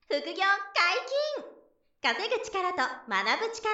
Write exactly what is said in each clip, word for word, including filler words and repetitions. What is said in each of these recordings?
副業解禁。稼ぐ力と学ぶ力。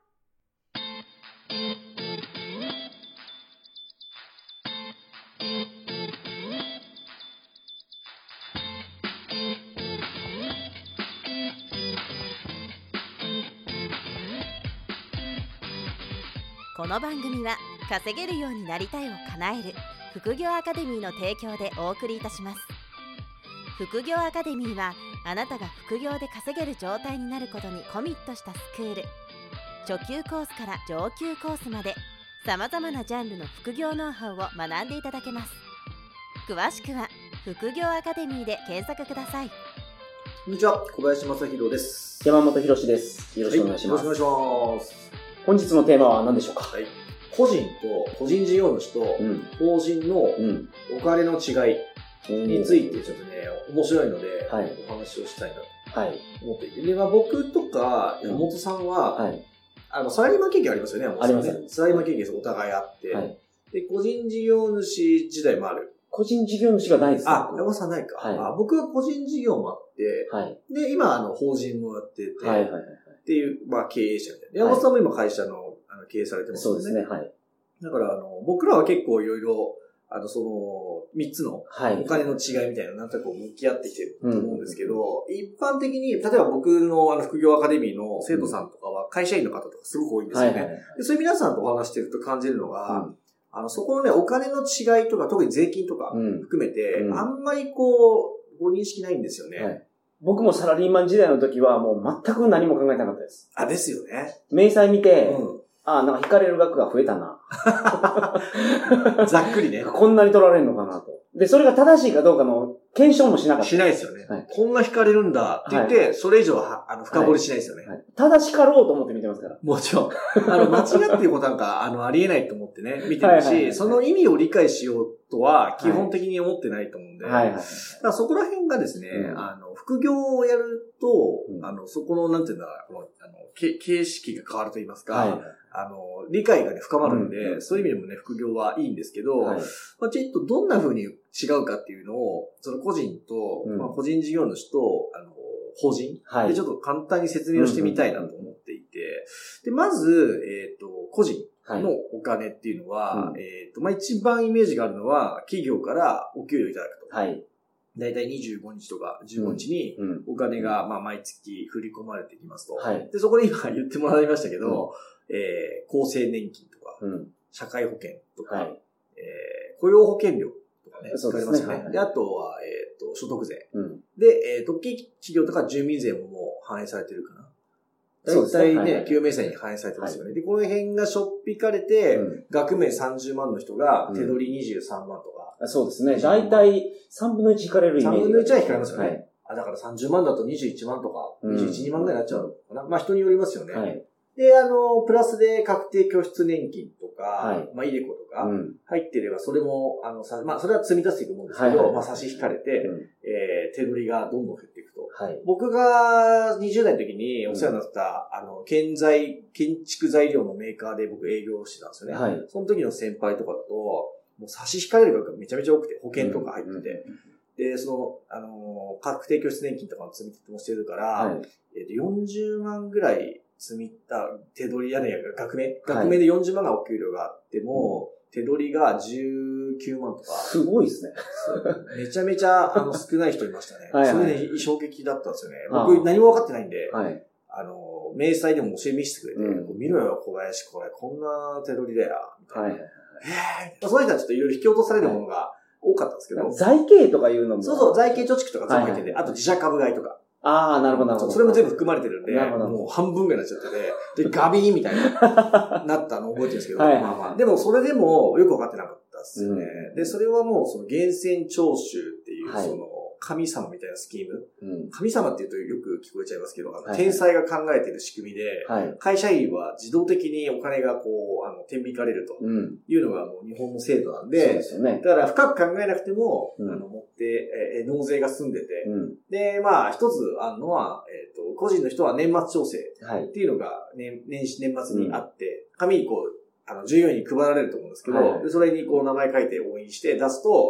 この番組は稼げるようになりたいを叶える副業アカデミーの提供でお送りいたします。副業アカデミーはあなたが副業で稼げる状態になることにコミットしたスクール。初級コースから上級コースまでさまざまなジャンルの副業ノウハウを学んでいただけます。詳しくは副業アカデミーで検索ください。 こんにちは、小林正弘です。 山本博史です。よろしくお願いします。 はい、よろしくお願いします。 本日のテーマは何でしょうか？はい、 個人と個人事業主と法人のお金の違いについてちょっとね、面白いので、はい、お話をしたいなと思っていて、で、まあ、僕とか山本さんは、はい、あのサラリーマン経験ありますよね、山本さんね。あります。サラリーマン経験お互いあって、はい、で個人事業主時代もある。 個人事業主がないですか？ あ、山本さんないか。はい、あ、僕は個人事業もあって、はい、で今あの法人もやってて、はいはいはい、っていう、まあ、経営者みたいな。山本さんも今会社の、あの経営されてますよね。 そうですね。はい。 だから、あの、僕らは結構いろいろ、あの、その、三つのお金の違いみたいな、なんとなく向き合ってきてると思うんですけど、うん、一般的に、例えば僕のあの副業アカデミーの生徒さんとかは会社員の方とかすごく多いんですよね。はいはいはい、でそういう皆さんとお話してると感じるのが、うん、あの、そこのね、お金の違いとか、特に税金とか含めて、うん、あんまりこう、ご認識ないんですよね。はい、 僕もサラリーマン時代の時はもう全く何も考えなかったです。 あ、ですよね。 明細見て、うん、あ、なんか引かれる額が増えたな。 ざっくりね。 こんなに取られるのかなと。で、それが正しいかどうかの検証もしなかった。 しないですよね。はい、こんな引かれるんだって言って、はい、それ以上は、あの、深掘りしないですよね。はいはい、 正しかろうと思って見てますから。 もちろん。あの、間違っていうことなんか、あの、ありえないと思ってね、見てるし、はいはいはいはい、その意味を理解しようとは、基本的に思ってないと思うんで、はいはいはい、だからそこら辺がですね、うん、あの、副業をやると、うん、あの、そこの、なんていうんだろう、あの、形式が変わると言いますか、はいはい、あの、理解がね、深まるんで、うん、そういう意味でもね、副業はいいんですけど、はい、まあ、ちょっとどんな風に違うかっていうのを、その個人と、うん、まあ、個人事業主と、あの、法人、はい、でちょっと簡単に説明をしてみたいなと思っていて、で、まず、えっと、個人のお金っていうのは、はい、えっと、まあ、一番イメージがあるのは、企業からお給料いただくと。はい。だいたいにじゅうごにちとかじゅうごにちにお金が、まあ、毎月振り込まれてきますと。はい。で、そこで今言ってもらいましたけど、うん、えー、厚生年金とか、うん、社会保険とか、はい、えー、雇用保険料とかね、使われますよね。はい、で、あとは、えっと、所得税。うん、で、えー、特定企業とか住民税ももう反映されてるかな。大体ね、給与明細に反映されてますよね。はい、で、この辺がしょっぴかれて、うん、額面さんじゅうまんの人が手取りにじゅうさんまんとか。 うん、そうですね。大体さんぶんのいち引かれるイメージ。 さんぶんのいちは引かれますよね。はい、あ、だからさんじゅうまんだとにじゅういちまんとか、にじゅういち、にまんぐらいになっちゃうのかな。まあ人によりますよね。はい、で、あの、プラスで確定拠出年金とか、はい、まあ、イデコとか、入ってれば、それも、あの、さ、まあ、それは積み出していくもんですけど、はいはい、まあ、差し引かれて、うん、えー、手取りがどんどん減っていくと。はい、僕がにじゅう代の時にお世話になった、うん、あの、建材、建築材料のメーカーで僕営業してたんですよね。はい、その時の先輩とかだと、もう差し引かれる額がめちゃめちゃ多くて、保険とか入ってて、うんうん、で、その、あの、確定拠出年金とかの積み立てもしてるから、はい、えっと、よんじゅうまんぐらい、積みた手取りやねや額面額面でよんじゅうまんがお給料があっても、うん、手取りがじゅうきゅうまんとか。 すごいですね。 めちゃめちゃあの少ない人いましたね。はいはい、それで、ね、衝撃だったんですよね。僕何も分かってないんで、はい、あの、明細でも教え見せてくれて、うん、見ろよ小林これ、こんな手取りだよ。みたいな。はい、えー、そういう人はちょっといろいろ引き落とされるものが多かったんですけど。 財形とかいうのも。 そうそう、財形貯蓄とか全部入ってて、はいはい、あと自社株買いとか。 ああ、なるほど、なるほど。 それも全部含まれてるんで、もう半分ぐらいになっちゃってて、で、ガビーンみたいな、なったのを覚えてるんですけど、はいはいはい、まあまあ、でもそれでもよくわかってなかったですよね、うん。で、それはもうその源泉徴収っていう、はい、その、神様みたいなスキーム、うん、神様って言うとよく聞こえちゃいますけど、あの、はい、天才が考えている仕組みで、はい、会社員は自動的にお金がこう、あの、天引かれるというのがもう日本の制度なんで、そうですよね、だから深く考えなくても、うん、あの、持って、えー、納税が済んでて、うん、で、まあ、一つあるのは、えっと、個人の人は年末調整っていうのが年、年始、年末にあって、紙にこう、あの、従業員に配られると思うんですけど、はい、でそれにこう名前書いて押印して出すと、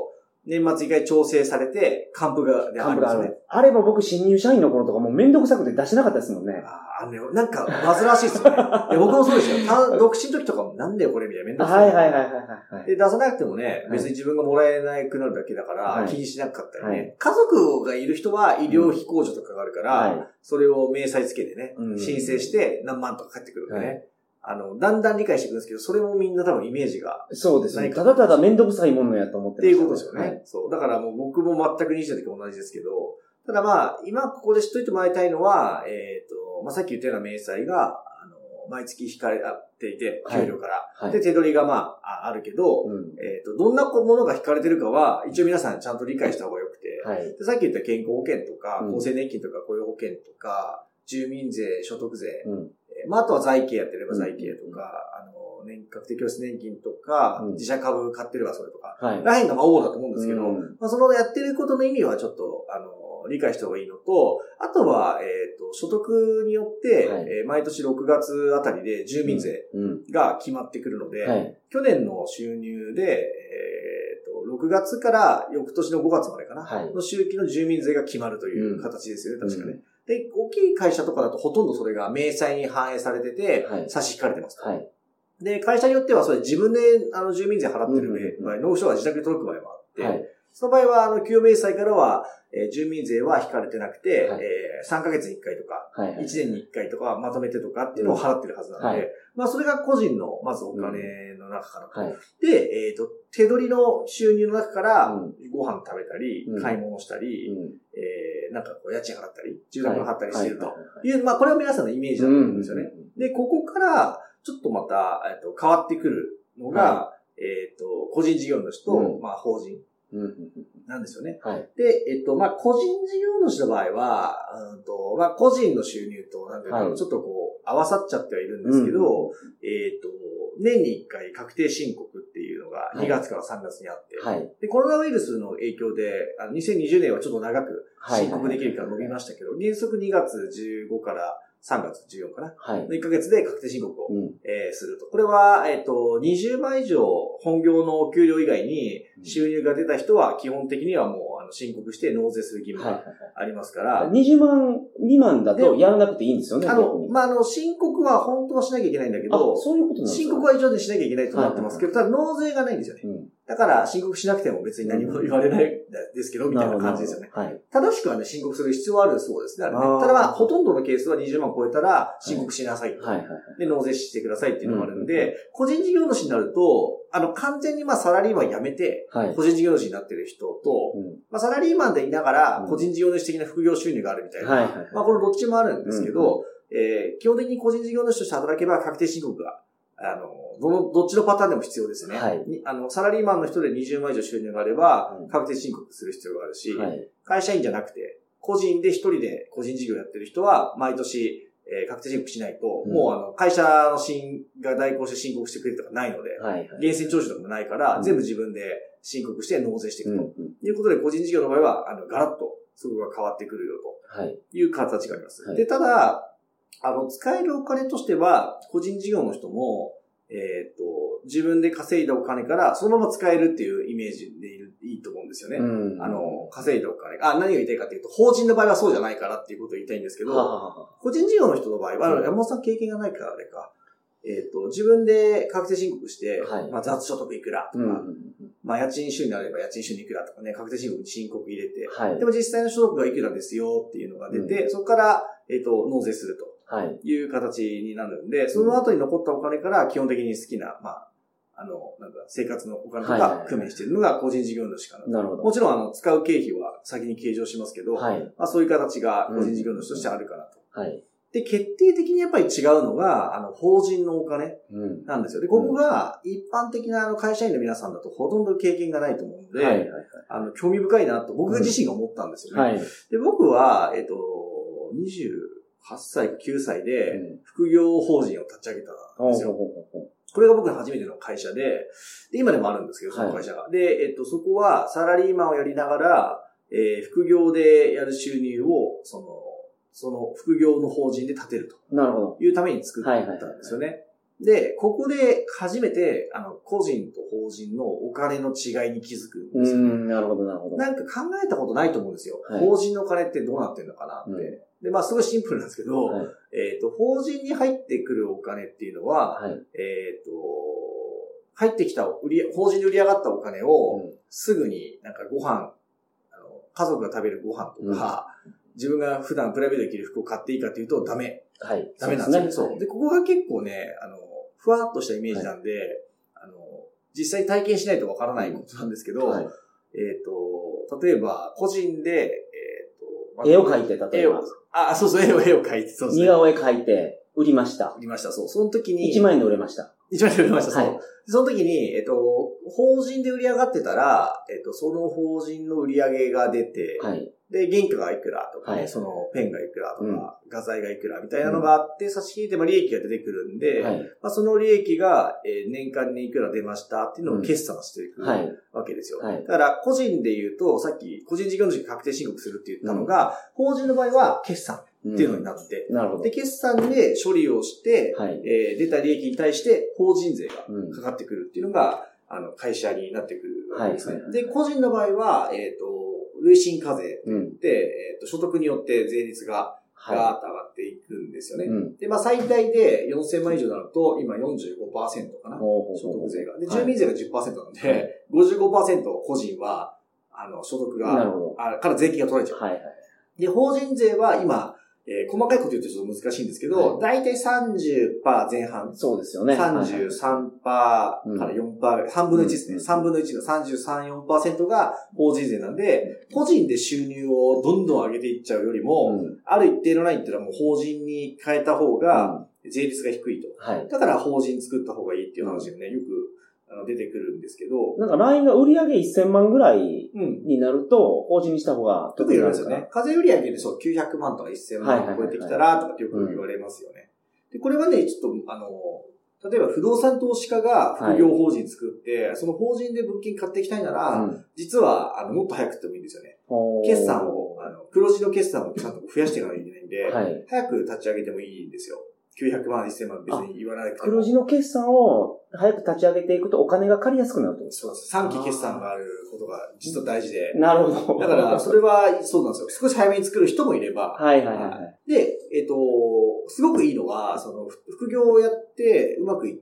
年末一回調整されて、還付が、 還付があるんですね。あれも僕新入社員の頃とかもうめんどくさくて出しなかったですもんね。 ああ、ね、なんか、煩わしいですよね。僕もそうですよ。た独身の時とかもなんだよこれみたいなめんどくさい。はいはいはいはい。で、出さなくてもね、別に自分がもらえなくなるだけだから、気にしなかったりね、はい。家族がいる人は医療費控除とかがあるから、はい、それを明細つけてね、うん、申請して何万とか返ってくるんでね。はい、あの、だんだん理解していくんですけど、それもみんな多分イメージが。 そうですね。ただただめんどくさいものやと思ってました、ね。っていうことですよね。はい、そう。だからもう僕も全くにじゅう代の時同じですけど、ただまあ、今ここで知っといてもらいたいのは、えっと、まあ、さっき言ったような明細が、あの、毎月引かれていて、給料から。はいはい、で、手取りがまあ、あるけど、うん、えっと、どんなものが引かれてるかは、一応皆さんちゃんと理解した方がよくて、はい、でさっき言った健康保険とか、厚生年金とか雇用保険とか、住民税、所得税、うんまあ、あとは財形やってれば財形とか、うん、あの、年確定拠出年金とか、うん、自社株買ってればそれとか、はい、らへんがまあ王だと思うんですけど、うん、まあ、そのやってることの意味はちょっと、あの、理解した方がいいのと、あとは、えっと、所得によって、はいえー、毎年ろくがつあたりで住民税が決まってくるので、うんうんはい、去年の収入で、えー、っと、ろくがつから翌年のごがつまでかな、はい、の周期の住民税が決まるという形ですよね、うん、確かね。うんで、大きい会社とかだとほとんどそれが明細に反映されてて、差し引かれてます。はい。で、会社によってはそれ自分であの住民税払ってる場合、納付書は自宅で届く場合もあって、はい、その場合はあの給与明細からは、えー、住民税は引かれてなくて、はい、えー、さんかげつにいっかいとか、はいはい、いちねんにいっかいとかまとめてとかっていうのを払ってるはずなので、はい、まあそれが個人のまずお金の中から、うんはい、で、えっと、手取りの収入の中からご飯食べたり、うん、買い物したり、うんえー、なんかこう家賃払ったり、住宅を払ったりしてるという、まあこれは皆さんのイメージだと思うんですよね。で、ここからちょっとまた、えっと、変わってくるのが、はい、えっと、個人事業主と、うん、まあ法人。なんですよね。はい、で、えっと、まあ、個人事業主の場合は、うんと、まあ、個人の収入と、なんていうか、ちょっとこう、合わさっちゃってはいるんですけど、うん、えっと、年にいっかい確定申告っていうのがにがつからさんがつにあって、はい、で、コロナウイルスの影響で、あのにせんにじゅうねんはちょっと長く申告できるから伸びましたけど、原則にがつじゅうごからさんがつじゅうよっかかな。はい。いっかげつで確定申告を、うんえー、すると。これは、えっと、にじゅうまん以上本業の給料以外に収入が出た人は基本的にはもうあの申告して納税する義務がありますから。はいはいはい、にじゅうまん未満だとやらなくていいんですよね。 あの、まあ、あの、申告は本当はしなきゃいけないんだけど、 そういうことなんですか？ 申告は一応でしなきゃいけないとなってますけど、はいはいはい、ただ納税がないんですよね。うんだから申告しなくても別に何も言われないですけど、みたいな感じですよね。はい、正しくはね、申告する必要はあるそうですね。あれねただまあ、ほとんどのケースはにじゅうまん超えたら申告しなさい。はいはいはい、で、納税してくださいっていうのがあるんで、うん、個人事業主になると、あの、完全にまあサラリーマン辞めて、個人事業主になってる人と、はいまあ、サラリーマンでいながら、個人事業主的な副業収入があるみたいな。はいはいはい、まあ、このどっちもあるんですけど、うんえー、基本的に個人事業主として働けば確定申告があの、どの、どっちのパターンでも必要ですね。はい。あの、サラリーマンの人でにじゅうまん以上収入があれば、確定申告する必要があるし、はい、会社員じゃなくて、個人で一人で個人事業やってる人は、毎年、えー、確定申告しないと、うん、もうあの、会社の審が代行して申告してくれるとかないので、はいはい、源泉徴収とかもないから、うん、全部自分で申告して納税していくと、うんうん、いうことで、個人事業の場合は、あの、ガラッと、そこが変わってくるよと、いう形があります。はい、で、ただ、あの、使えるお金としては、個人事業の人も、えっと、自分で稼いだお金からそのまま使えるっていうイメージでいる、いいと思うんですよね。うん、あの、稼いだお金。あ、何が言いたいかっていうと、法人の場合はそうじゃないからっていうことを言いたいんですけど、はあはあ、個人事業の人の場合は、うん、山本さん経験がないからあれか。えっと、自分で確定申告して、はい、まあ、雑所得いくらとか、うん、まあ、家賃収入になれば家賃収入いくらとかね、確定申告に申告入れて、はい、でも実際の所得がいくらですよっていうのが出て、うん、そこから、えっと、納税すると。はい。いう形になるんで、その後に残ったお金から基本的に好きな、まあ、あの、なんか生活のお金とか工面しているのが個人事業主かな。なるほど。もちろん、あの、使う経費は先に計上しますけど、はい。まあそういう形が個人事業主としてあるかなと。はい。で、決定的にやっぱり違うのが、あの、法人のお金なんですよ。で、ここが一般的なあの会社員の皆さんだとほとんど経験がないと思うので、はいはいはい、あの、興味深いなと僕自身が思ったんですよね。うん、はい。で、僕は、えっと、にじゅうはっさいかきゅうさいで副業法人を立ち上げたんですよ。うん、これが僕の初めての会社で、で今でもあるんですけど、その会社が。はい、で、えっと、そこはサラリーマンをやりながら、えー、副業でやる収入を、その、その副業の法人で立てると。なるほど。いうために作ったんですよね。 で、ここで初めて、あの、個人と法人のお金の違いに気づくんですよね。 うん、なるほど、なるほど。 なんか考えたことないと思うんですよ。 はい、 法人のお金ってどうなってんのかなって。うん、で、まあ、すごいシンプルなんですけど、はい、えっと、法人に入ってくるお金っていうのは、はい、えっと、入ってきた売り、法人で売り上がったお金を、すぐになんかご飯、あの、家族が食べるご飯とか、うん、自分が普段プライベートで着る服を買っていいかっていうとダメ。はい。ダメなんですよね。そう。で、ここが結構ね、あの、ふわっとしたイメージなんで、はい、あの、実際体験しないとわからないことなんですけど、はい、えっと、例えば、個人で、えっと、 絵を描いて、例えば。 絵を、あ、そうそう、絵を、絵を描いて、そうですね。 似顔絵描いて、売りました。 売りました、そう。その時に。 いちまんえんで売れました。 いちまんえんで売れました、そう。はい、その時に、えっと、法人で売り上がってたら、えっと、その法人の売り上げが出て、はい、で、原価がいくらとかね、はい、そのペンがいくらとか、うん、画材がいくらみたいなのがあって、差し引いて、まあ利益が出てくるんで、はい、まあその利益が、えー、年間にいくら出ましたっていうのを決算していくわけですよ。はい、だから、個人で言うと、さっき個人事業主が確定申告するって言ったのが、うん、法人の場合は決算っていうのになって、うん、なるほど。で、決算で処理をして、はい、えー、出た利益に対して法人税がかかってくるっていうのが、あの、会社になってくるわけですね。はいはいはい、で、個人の場合は、えっと、累進課税って言って、うん、えっと、所得によって税率がガーッと上がっていくんですよね。はい、で、まあ、最大でよんせんまん以上になると、今 よんじゅうごパーセント かな、所得税が。で、住民税が じゅっパーセント なんで、はい、ごじゅうごパーセント 個人は、あの、所得が、あから税金が取られちゃう。はいはい、で、法人税は今、えー、細かいこと言うとちょっと難しいんですけど、だいたい さんじゅっパーセント 前半。 そうですよね。 さんじゅうさんパーセント から よんパーセント ぐらい。さんぶんのいちですね。うん、さんぶんのいちの さんじゅうさん、よんパーセント が法人税なんで、個人で収入をどんどん上げていっちゃうよりも、うん、ある一定のラインっていうのはもう法人に変えた方が、税率が低いと。はい、だから法人作った方がいいっていう話がね、よく出てくるんですけど。 なんかラインが売上せんまんぐらいになると、法人にした方が得意なんですよね。課税売上でそうきゅうひゃくまんとかせんまん超えてきたらとかってよく言われますよね。で、これはね、ちょっとあの、例えば不動産投資家が副業法人作って、はい、その法人で物件買っていきたいなら、うん、実はあのもっと早くてもいいんですよね。決算を、あの黒字の決算をちゃんと増やしていかないといけないんで、はい、早く立ち上げてもいいんですよ。きゅうひゃくまん、せんまん別に言わなくても。 黒字の決算を早く立ち上げていくとお金が借りやすくなると。 そうです。さんき決算があることが実は大事で。 なるほど。 だから、それはそうなんですよ。少し早めに作る人もいれば。 はいはいはい。 で、えっと、すごくいいのは、その、副業をやってうまくいって、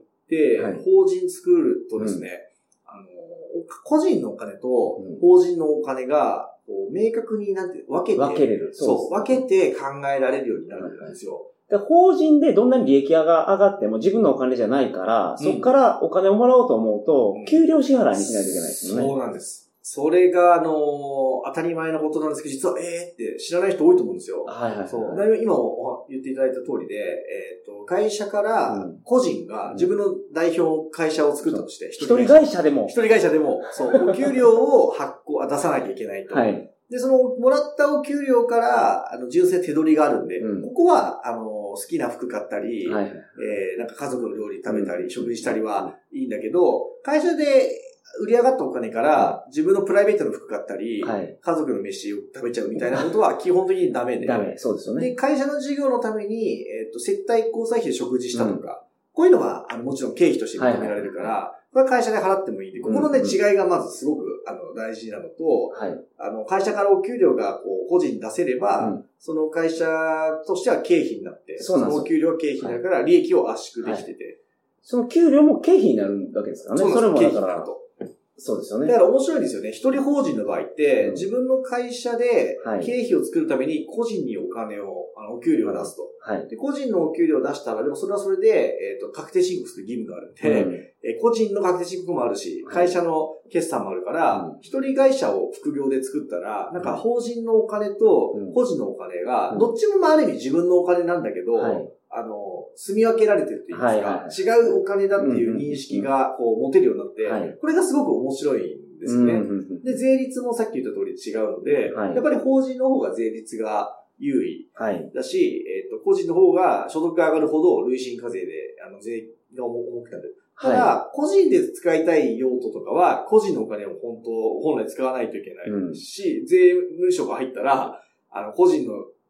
はい、法人作るとですね、うん、あの、個人のお金と法人のお金が、こう明確になんて分けて、 分けれる。 そう、分けて考えられるようになるんですよ。 で法人でどんなに利益が上がっても自分のお金じゃないから、うん、そこからお金をもらおうと思うと、うん、給料支払いにしないといけないですよね。 そうなんです。それが、あのー、当たり前のことなんですけど、実は、えーって知らない人多いと思うんですよ。 はいはいはい。 そう。だいぶ今言っていただいた通りで、えっと、会社から個人が自分の代表会社を作ったとして、 一人会社でも。 一人会社でも、そう、お給料を発行、出さなきゃいけないと。はい。で、その、もらったお給料から、あの、純正手取りがあるんで、うん、ここは、あの、好きな服買ったり、はい、えー、なんか家族の料理食べたり、うん、食事したりはいいんだけど、会社で売り上がったお金から自分のプライベートの服買ったり、はい、家族の飯を食べちゃうみたいなことは基本的にダメで。 ダメ、そうですよね。 で、会社の事業のために、えっと、接待交際費で食事したとか、うん、こういうのは、あの、もちろん経費として認められるから、はいはい、これは会社で払ってもいいんで、ここのね、うんうん、違いがまずすごく、あの、大事なのと、はい、あの、会社からお給料が、こう、個人に出せれば、うん、その会社としては経費になって、そのお給料は経費になるから、利益を圧縮できてて、はい。 その給料も経費になるわけですからね。 そうなんです。 それもだから。 経費になると。 そうですよね。 だから面白いですよね。一人法人の場合って、うん、自分の会社で経費を作るために個人にお金を、あの、お給料を出すと。はい。で、個人のお給料を出したら、でもそれはそれで、えっと、確定申告する義務があるんで、うん、え個人の確定申告もあるし、会社の決算もあるから、一、うん、人会社を副業で作ったら、なんか法人のお金と個人のお金が、どっちもまあある意味自分のお金なんだけど、はい、あの、住み分けられてるって言いますか、はいはいはい、違うお金だっていう認識がこう持てるようになって、はい、これがすごく面白いんですね、うんうんうん。で、税率もさっき言った通り違うので、はい、やっぱり法人の方が税率が優位だし、はい、えっと、個人の方が所得が上がるほど累進課税で、あの、税が重くなる。ただ、はい、個人で使いたい用途とかは、個人のお金を本当、本来使わないといけないし、うん、税務署が入ったら、あの、個人の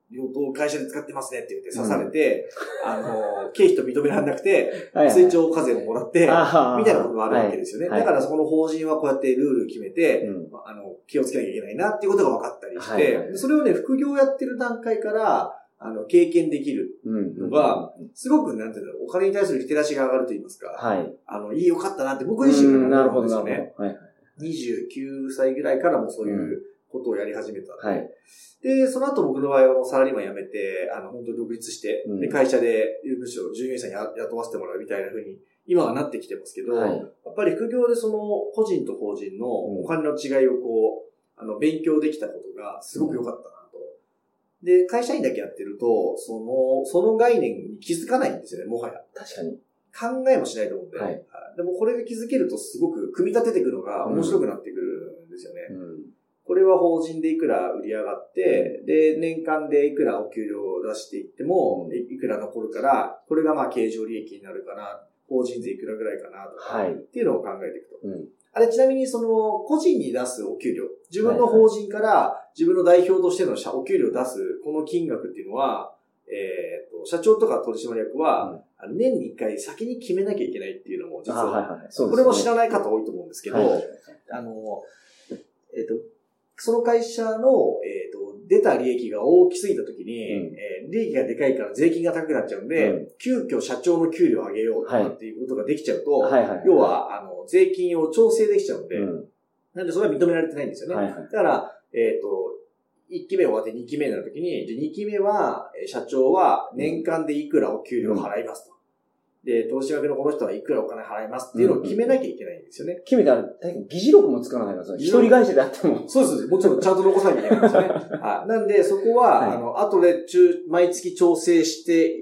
両党会社で使ってますねって言って刺されて、うん、あの、経費と認められなくて、追徴課税をもらって、みたいなことがあるわけですよね。はい、だからそこの法人はこうやってルール決めて、うん、あの、気をつけなきゃいけないなっていうことが分かったりして、はいはい、それをね、副業やってる段階から、あの、経験できるのが、すごく、なんていうの、お金に対するリテラシーが上がると言いますか、はい。あの、いいよかったなって僕自身が思うんですよね。はい。にじゅうきゅうさいぐらいからもそういうことをやり始めたので、はい。で、その後僕の場合はサラリーマン辞めて、あの、本当に独立して、うん、で、会社で、むしろ従業員さんに雇わせてもらうみたいな風に、今はなってきてますけど、はい、やっぱり副業でその、個人と法人のお金の違いをこう、あの、勉強できたことがすごく良かったなと。で、会社員だけやってると、その、その概念に気づかないんですよね、もはや。 確かに。 考えもしないと思うんで。はい、でもこれが気づけるとすごく組み立てていくのが面白くなってくるんですよね。うん、これは法人でいくら売り上がって、で、年間でいくらお給料を出していっても、いくら残るから、これがまあ経常利益になるかな、法人税いくらぐらいかなとか、はい、っていうのを考えていくと。うん、あれちなみにその、個人に出すお給料、自分の法人から自分の代表としてのお給料を出すこの金額っていうのは、えっと、社長とか取締役は、うん、年に一回先に決めなきゃいけないっていうのも実は、はいはいはい、これも知らない方多いと思うんですけど、はいはいはい、あの、えっと、その会社の、えっと、出た利益が大きすぎたときに、うんえー、利益がでかいから税金が高くなっちゃうんで、うん、急遽社長の給料を上げようとかっていうことができちゃうと、はいはいはい、要は、あの、税金を調整できちゃうんで、うん、なんでそれは認められてないんですよね。はいはい、だから、えっと、いっきめ終わってにきめになるときに、じゃにきめは、社長は年間でいくらお給料を払いますと。うん、で、投資枠のこの人はいくらお金払いますっていうのを決めなきゃいけないんですよね。うん、 決めたら、議事録も作らないから、一人会社であっても。 そうです。もちろんちゃんと残さなきゃいけないんですよね。はい。なんで、そこは、はい、あの、後で中、毎月調整して、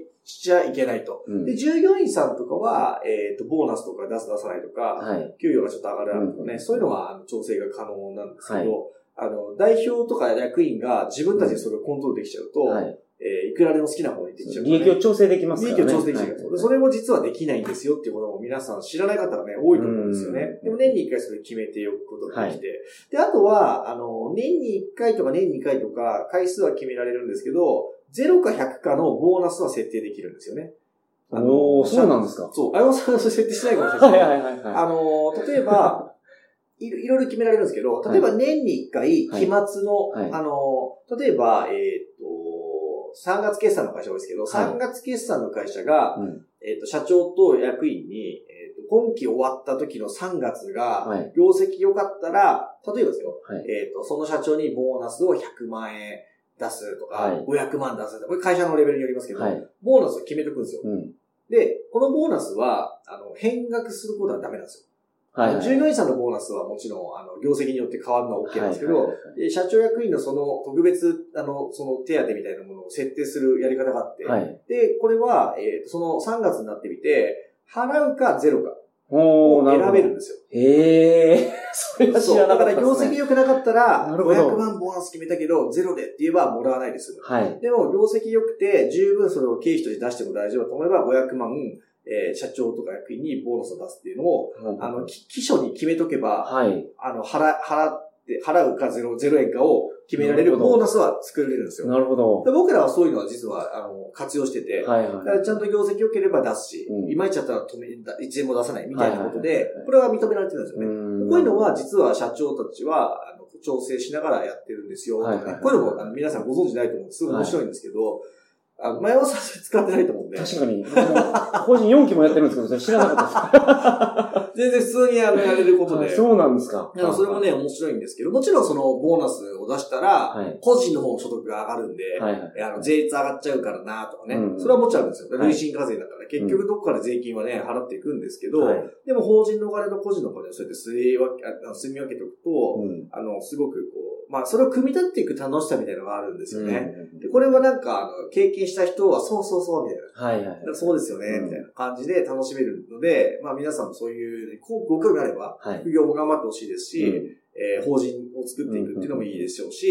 しちゃいけないと。うん、で、従業員さんとかは、えっと、ボーナスとか出す出さないとか、はい、給与がちょっと上がるとかね、うん、そういうのは調整が可能なんですけど、はいあの、代表とか役員が自分たちでそれをコントロールできちゃうと、はい、えー、いくらでも好きな方にできちゃう、ね。 利益を調整できますからね。 利益を調整できちゃう、はい。それも実はできないんですよっていうことも皆さん知らない方がね、多いと思うんですよね。でも年にいっかいそれ決めておくことができて、はい。で、あとは、あの、年にいっかいとか年ににかいとか回数は決められるんですけど、ゼロかひゃくかのボーナスは設定できるんですよね。 あのー、そうなんですか。 そう。あやまさんはそれ設定してないかもしれない。はいはいはい、はい。あのー、例えば、いろいろ決められるんですけど、例えば年にいっかい、期末の、はいはい、あの、例えば、えっと、さんがつ決算の会社多いですけど、はい、さんがつ決算の会社が、うん、えっと、社長と役員に、えっと、今期終わった時のさんがつが、業績良かったら、例えばですよ、はい、えっと、その社長にボーナスをひゃくまんえん出すとか、はい、ごひゃくまん出すとか、これ会社のレベルによりますけど、はい、ボーナスを決めておくんですよ。うん、で、このボーナスは、あの、変額することはダメなんですよ。はいはい、従業員さんのボーナスはもちろん、あの、業績によって変わるのは OK なんですけど、はいはいはい、社長役員のその特別、あの、その手当みたいなものを設定するやり方があって、はい、で、これは、えー、そのさんがつになってみて、払うかゼロかを選べるんですよ。 へえー、それは知らなかったですね。 だから業績良くなかったら、ごひゃくまんボーナス決めたけど、ゼロでって言えばもらわないです。はい。でも、業績良くて、十分それを経費として出しても大丈夫だと思えば、ごひゃくまん、えー、社長とか役員にボーナスを出すっていうのを、うん、あの、基礎に決めとけば、はい。あの、払、払って、払うかゼロ、ゼロえんかを決められるボーナスは作れるんですよ。 なるほど。 で僕らはそういうのは実は、あの、活用してて、はいはい。だからちゃんと業績良ければ出すし、うん、いまいちだったら止め、いちえんも出さないみたいなことで、はいはいはいはい、これは認められてるんですよね。こういうのは実は社長たちは、あの、調整しながらやってるんですよ、はいはいはい。こういうのもあの皆さんご存知ないと思うんです。すごい面白いんですけど、はいあの、前はさん使ってないと思うんで。 確かに。個人よんきもやってるんですけど、それ知らなかったです。 全然普通にやれることで。 そうなんですか。 それもね、面白いんですけど、もちろんそのボーナスを出したら、はい、個人の方の所得が上がるんで、はいはい、あの税率上がっちゃうからなとかね、うん。それはもちろんですよ。累進課税だから、結局どこから税金はね、払っていくんですけど、はい、でも法人のお金と個人のお金をそうやって吸い分け、住み分けておくと、うん、あの、すごくこう、まあ、それを組み立っていく楽しさみたいなのがあるんですよね。うん、でこれはなんか、あの、経験した人は、そうそうそう、みたいな。はいはいはい、そうですよね、うん、みたいな感じで楽しめるので、まあ皆さんもそういう、ご興味あれば、副業も頑張ってほしいですし、うんえー、法人を作っていくっていうのもいいでしょうし、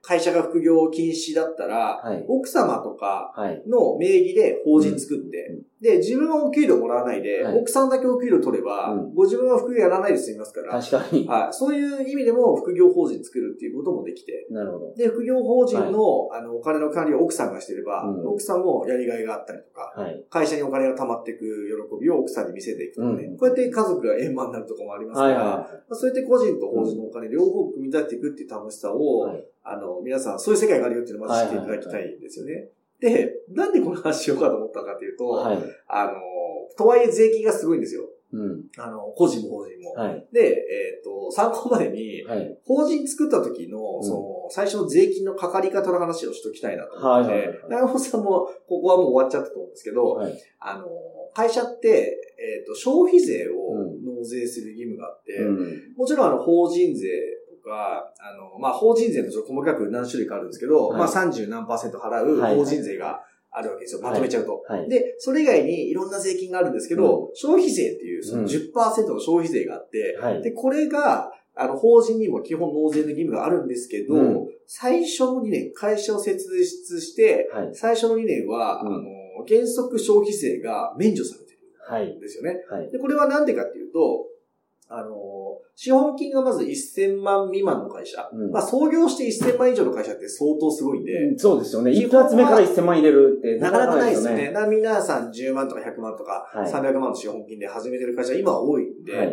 会社が副業禁止だったら、はい、奥様とかの名義で法人作って、うん、で、自分はお給料もらわないで、はい、奥さんだけお給料取れば、うん、ご自分は副業やらないで済みますから。 確かに。 はい。そういう意味でも副業法人作るっていうこともできて。 なるほど。 で、副業法人の、はい、あの、お金の管理を奥さんがしてれば、うん、奥さんもやりがいがあったりとか、はい、会社にお金が貯まっていく喜びを奥さんに見せていくとかね、うん。こうやって家族が円満になるところもありますから、はいはいはい、そうやって個人と法人のお金両方組み立てていくっていう楽しさを、はい、あの、皆さんそういう世界があるよっていうのをまず知っていただきたいんですよね。はいはいはい、で、なんでこの話しようかと思ったかというと、はい、あの、とはいえ税金がすごいんですよ。うん、あの、個人も法人も。はい、で、えっと、参考までに、はい、法人作った時の、その、最初の税金のかかり方の話をしときたいなと思って、はいはいはい、長本さんも、ここはもう終わっちゃったと思うんですけど、はい、あの、会社って、えっと、消費税を納税する義務があって、うん、もちろんあの、法人税とか、あの、まあ、法人税のちょっと細かく何種類かあるんですけど、はい、まあ、さんじゅう何パーセント払う法人税が、あるわけですよ。まとめちゃうと、はいはい。で、それ以外にいろんな税金があるんですけど、うん、消費税っていうその じゅっパーセント の消費税があって、うん、で、これが、あの、法人にも基本納税の義務があるんですけど、うん、最初のにねん、会社を設立して、はい、最初のにねんは、うん、あの、原則消費税が免除されてるんですよね。はいはい、で、これはなんでかっていうと、あの、資本金がまずせんまん未満の会社。うん、まあ創業してせんまん以上の会社って相当すごいんで。 うん、そうですよね。一発目からせんまん入れるってなかなかないですよね。な皆さんじゅうまんとかひゃくまんとか、はい、さんびゃくまんの資本金で始めてる会社今は多いんで、はい、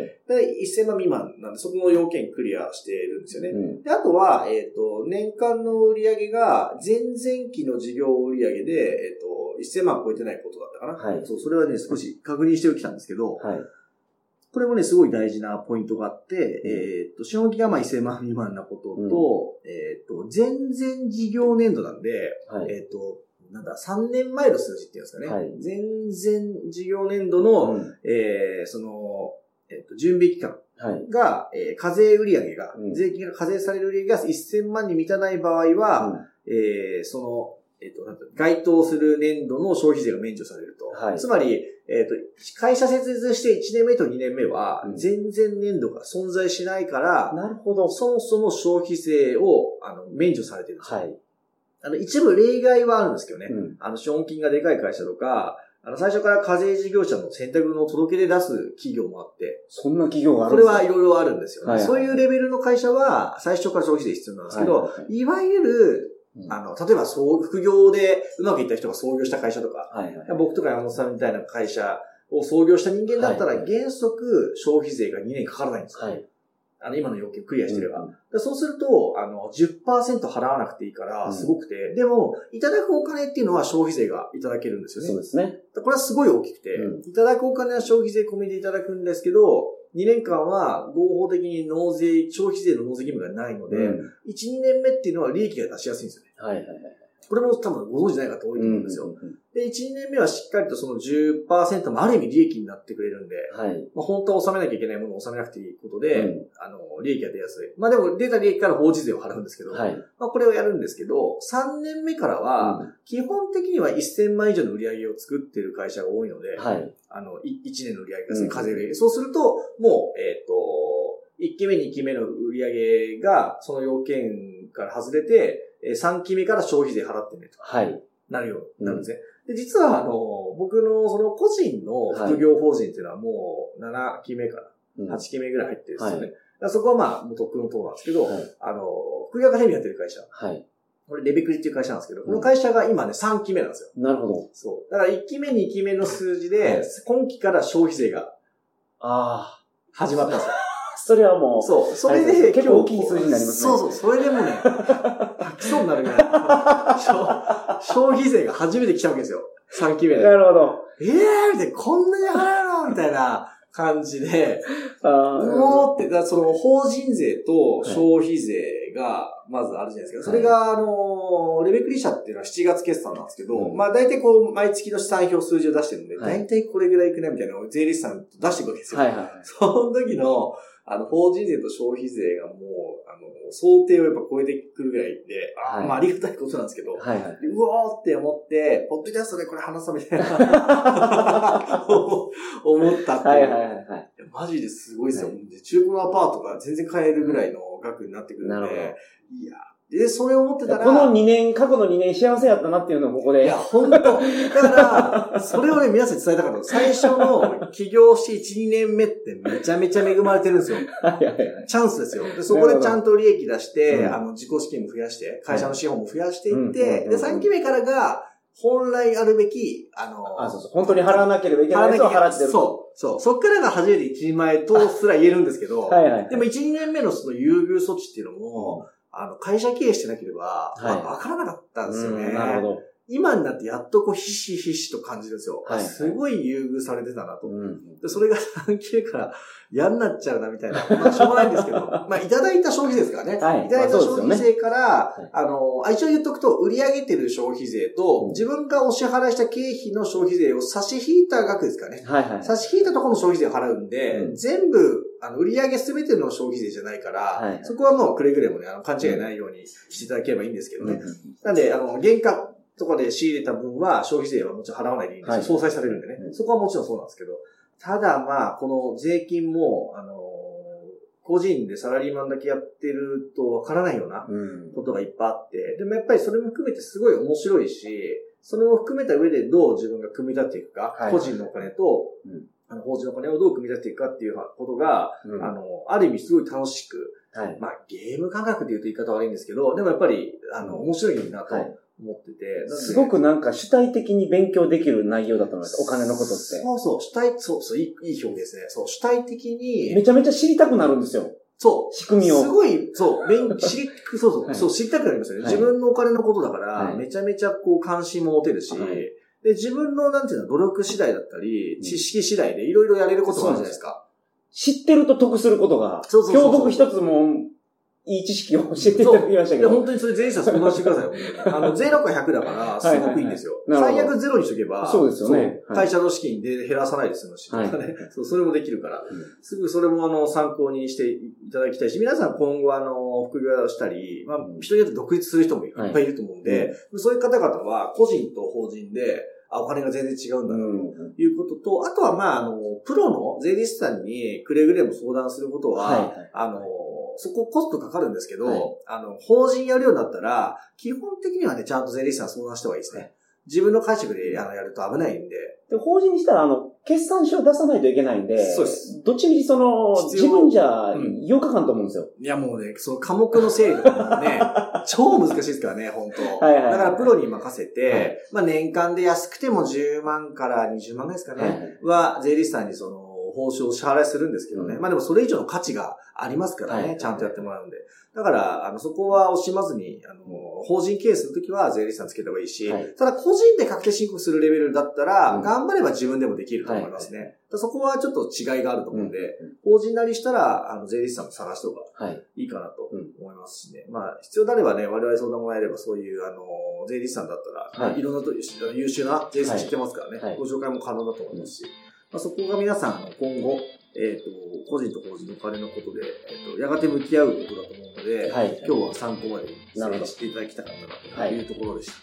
せんまん未満なんでそこの要件クリアしてるんですよね。うん、であとは、えっと、年間の売上が前々期の事業売上で、えっと、せんまん超えてないことだったかな。はい、そう、それはね、少し確認しておきたんですけど、はい、これもね、すごい大事なポイントがあって、うん、えっと、資本金がまあせんまん未満なことと、うん、えっと、前々事業年度なんで、はい、えっと、なんだ、さんねんまえの数字っていうんですかね。はい、前々事業年度の、うん、えー、その、えっと、準備期間が、はい、えー、課税売上が、うん、税金が課税される売上がせんまんに満たない場合は、うん、えー、その、えっと、なん該当する年度の消費税が免除されると。はい、つまり、えっと、会社設立していちねんめとにねんめは、前々年度が存在しないから、うん、なるほど。そもそも消費税を、あの、免除されてるんですよ。はい。あの、一部例外はあるんですけどね。うん、あの、資本金がでかい会社とか、あの、最初から課税事業者の選択の届け出出す企業もあって。 そんな企業があるんですか？ これはいろいろあるんですよね、はいはい。そういうレベルの会社は、最初から消費税必要なんですけど、はいはいはい、いわゆる、あの、例えば、そう、副業でうまくいった人が創業した会社とか、はいはい、僕とか山本さんみたいな会社を創業した人間だったら、原則消費税がにねんかからないんですよ。はい、あの、今の要件クリアしてれば。うん、そうすると、あの、じゅっパーセント 払わなくていいから、すごくて、うん、でも、いただくお金っていうのは消費税がいただけるんですよね。 そうですね。これはすごい大きくて、うん、いただくお金は消費税込みでいただくんですけど、にねんかんは合法的に納税、消費税の納税義務がないので、うん、いち、にねんめっていうのは利益が出しやすいんですよね。はいはいはい。これも多分ご存知ない方多いと思うんですよ。うんうんうん、で、いち、にねんめはしっかりとその じゅっパーセント もある意味利益になってくれるんで、はい、まあ、本当は納めなきゃいけないものを納めなくていいことで、うん、あの、利益が出やすい。まあでも出た利益から法人税を払うんですけど、はい、まあこれをやるんですけど、さんねんめからは、基本的にはせんまん以上の売り上げを作っている会社が多いので、はい、あの、いちねんの売り上げですね、課税売り上げ。そうすると、もう、えっと、いっきめ、にきめの売り上げが、その要件から外れて、さんきめから消費税払ってねと。はい。なるようになるんですね。うん、で、実は、あの、僕のその個人の副業法人っていうのはもうななきめからはちきめぐらい入ってるんですよね。はい、そこはまあ、もうとっくのとなんですけど、はい、あの、副業アカデミーやってる会社。はい。これ、レベクリっていう会社なんですけど、この会社が今ね、さんきめなんですよ。 なるほど。 そう。だからいっきめ、にきめの数字で、はい、今期から消費税が、ああ、始まったんですよ。 それはもう、 そう。それで、 結構大きい数字になりますね。 そうそう。それでもね、吐きそうになるぐらい。消費税が初めて来たわけですよ。さんきめで。 なるほど。 ええー、みたいな、こんなに払うのみたいな感じで、うおーって、だその、法人税と消費税が、まずあるじゃないですか。それが、あの、レベクリ社っていうのはしちがつ決算なんですけど、うん、まあ大体こう、毎月の資産表数字を出してるんで、大体これぐらいいくねみたいなのを税理士さんと出していくわけですよ。はいはいはい、その時の、あの、法人税と消費税がもう、あの、想定をやっぱ超えてくるぐらいで、はい、まあありがたいことなんですけど、はいはい、うおーって思って、ポッドキャストでこれ話そうみたいな、思ったっていう。はいはいはいはい、マジですごいですよ。はい、中古のアパートが全然買えるぐらいの額になってくるんで、いや、 で、それを思ってたら。 このにねん、過去のにねん幸せやったなっていうのをここで。 いや、ほんと。だから、それをね、皆さんに伝えたかった。最初の起業していち、にねんめってめちゃめちゃ恵まれてるんですよ。 はいはいはい。 チャンスですよ。で、そこでちゃんと利益出して、あの、自己資金も増やして、会社の資本も増やしていって、で、さんきめからが、本来あるべき、あの、 あ、そうそう。本当に払わなければいけないやつを払ってる。 そう。そう。そっからが初めて一人前とすら言えるんですけど、 はいはい。 でもいち、にねんめのその優遇措置っていうのも、あの、会社経営してなければ、 はいわからなかったんですよね。 なるほど。 今になってやっとこう、ひしひしと感じるんですよ。はい、すごい優遇されてたなと。うん、でそれがさんきめから嫌になっちゃうなみたいな。まあ、しょうがないんですけど。まあ、いただいた消費税ですからね。はい、いただいた消費税から、まあね、あの、一応言っとくと、売り上げてる消費税と、うん、自分がお支払いした経費の消費税を差し引いた額ですからね。はいはい、差し引いたところの消費税を払うんで、うん、全部、あの、売り上げすべての消費税じゃないから、はい、そこはもうくれぐれもね、あの、勘違いないようにしていただければいいんですけどね。うん、なんで、あの、原価、とかで仕入れた分は消費税はもちろん払わないでいいんですよ。はい、相殺されるんでね、うん。そこはもちろんそうなんですけど。ただまあ、この税金も、あのー、個人でサラリーマンだけやってるとわからないようなことがいっぱいあって、でもやっぱりそれも含めてすごい面白いし、それも含めた上でどう自分が組み立てていくか、はい、個人のお金と、うん、あの法人のお金をどう組み立てていくかっていうことが、うん、あの、ある意味すごい楽しく、はい、まあゲーム感覚で言うと言い方悪いんですけど、でもやっぱり、あの、面白いなと。はい思ってて。 すごくなんか主体的に勉強できる内容だと思います。お金のことって。 そうそう、主体、そうそう、いい、いい表現ですね。そう、主体的に。 めちゃめちゃ知りたくなるんですよ。 そう。 仕組みを。 すごい、そう、勉、知り、そうそう、はい、そう、知りたくなりますよね、はい。自分のお金のことだから、はい、めちゃめちゃこう関心も持てるし、はい、で、自分のなんていうの、努力次第だったり、知識次第でいろいろやれることがあるじゃないですか。 知ってると得することが。そうそうそうそう。今日僕一つも、いい知識を教えていただきましたけど。 いや、本当にそれ税理士さん相談してくださいよ。あの、税額はひゃくだから、すごくいいんですよ。はいはいはい、最悪ゼロにしとけば、 そうですよね。 会社の資金で減らさないで済むし、はい、そう、それもできるから、うん、すぐそれもあの、参考にしていただきたいし、皆さん今後あの、副業をしたり、まあ、人によって独立する人もいっぱいいると思うんで、はい、そういう方々は個人と法人で、あ、お金が全然違うんだな、ということと、うん、あとはまあ、あの、プロの税理士さんにくれぐれも相談することは、はいはい、あの、そこコストかかるんですけど、はい、あの、法人やるようになったら、基本的にはね、ちゃんと税理士さん相談した方がいいですね。自分の解釈であのやると危ないんで。 で、法人にしたら、あの、決算書を出さないといけないんで、そうです。どっちみちその、自分じゃようかかんと思うんですよ。 いやもうね、その科目の整理とかもね、超難しいですからね、本当はいはいはい。だからプロに任せて、はい、まあ年間で安くてもじゅうまんからにじゅうまんぐらいですかね、はいはい、は税理士さんにその、報酬を支払いするんですけどね。うん、まあでもそれ以上の価値がありますからね。はい、ちゃんとやってもらうんで。だから、あの、そこは惜しまずに、あの、法人経営するときは税理士さんつけた方がいいし、はい、ただ個人で確定申告するレベルだったら、うん、頑張れば自分でもできると思いますね。はいはい、そこはちょっと違いがあると思うんで、うん、法人なりしたら、あの、税理士さんも探した方がいいかなと思いますしね。うん、まあ、必要であればね、我々相談もらえれば、そういう、あの、税理士さんだったら、はい、いろんなと優秀な税理士さん知ってますからね、はい、ご紹介も可能だと思いますし、まあ、そこが皆さん、今後、えっ、ー、と、個人と法人のお金のことで、えっ、ー、と、やがて向き合うことだと思うので、はい、今日は参考までにしていただきたかったなというところでした。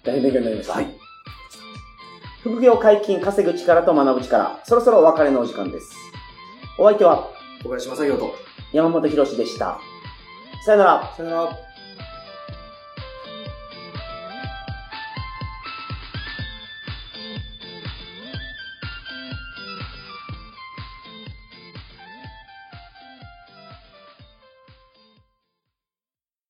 はい、大変勉強になりました。はい。副業解禁、稼ぐ力と学ぶ力、そろそろお別れのお時間です。お相手は、 小林正宏と山本博史でした。さよなら。 さよなら。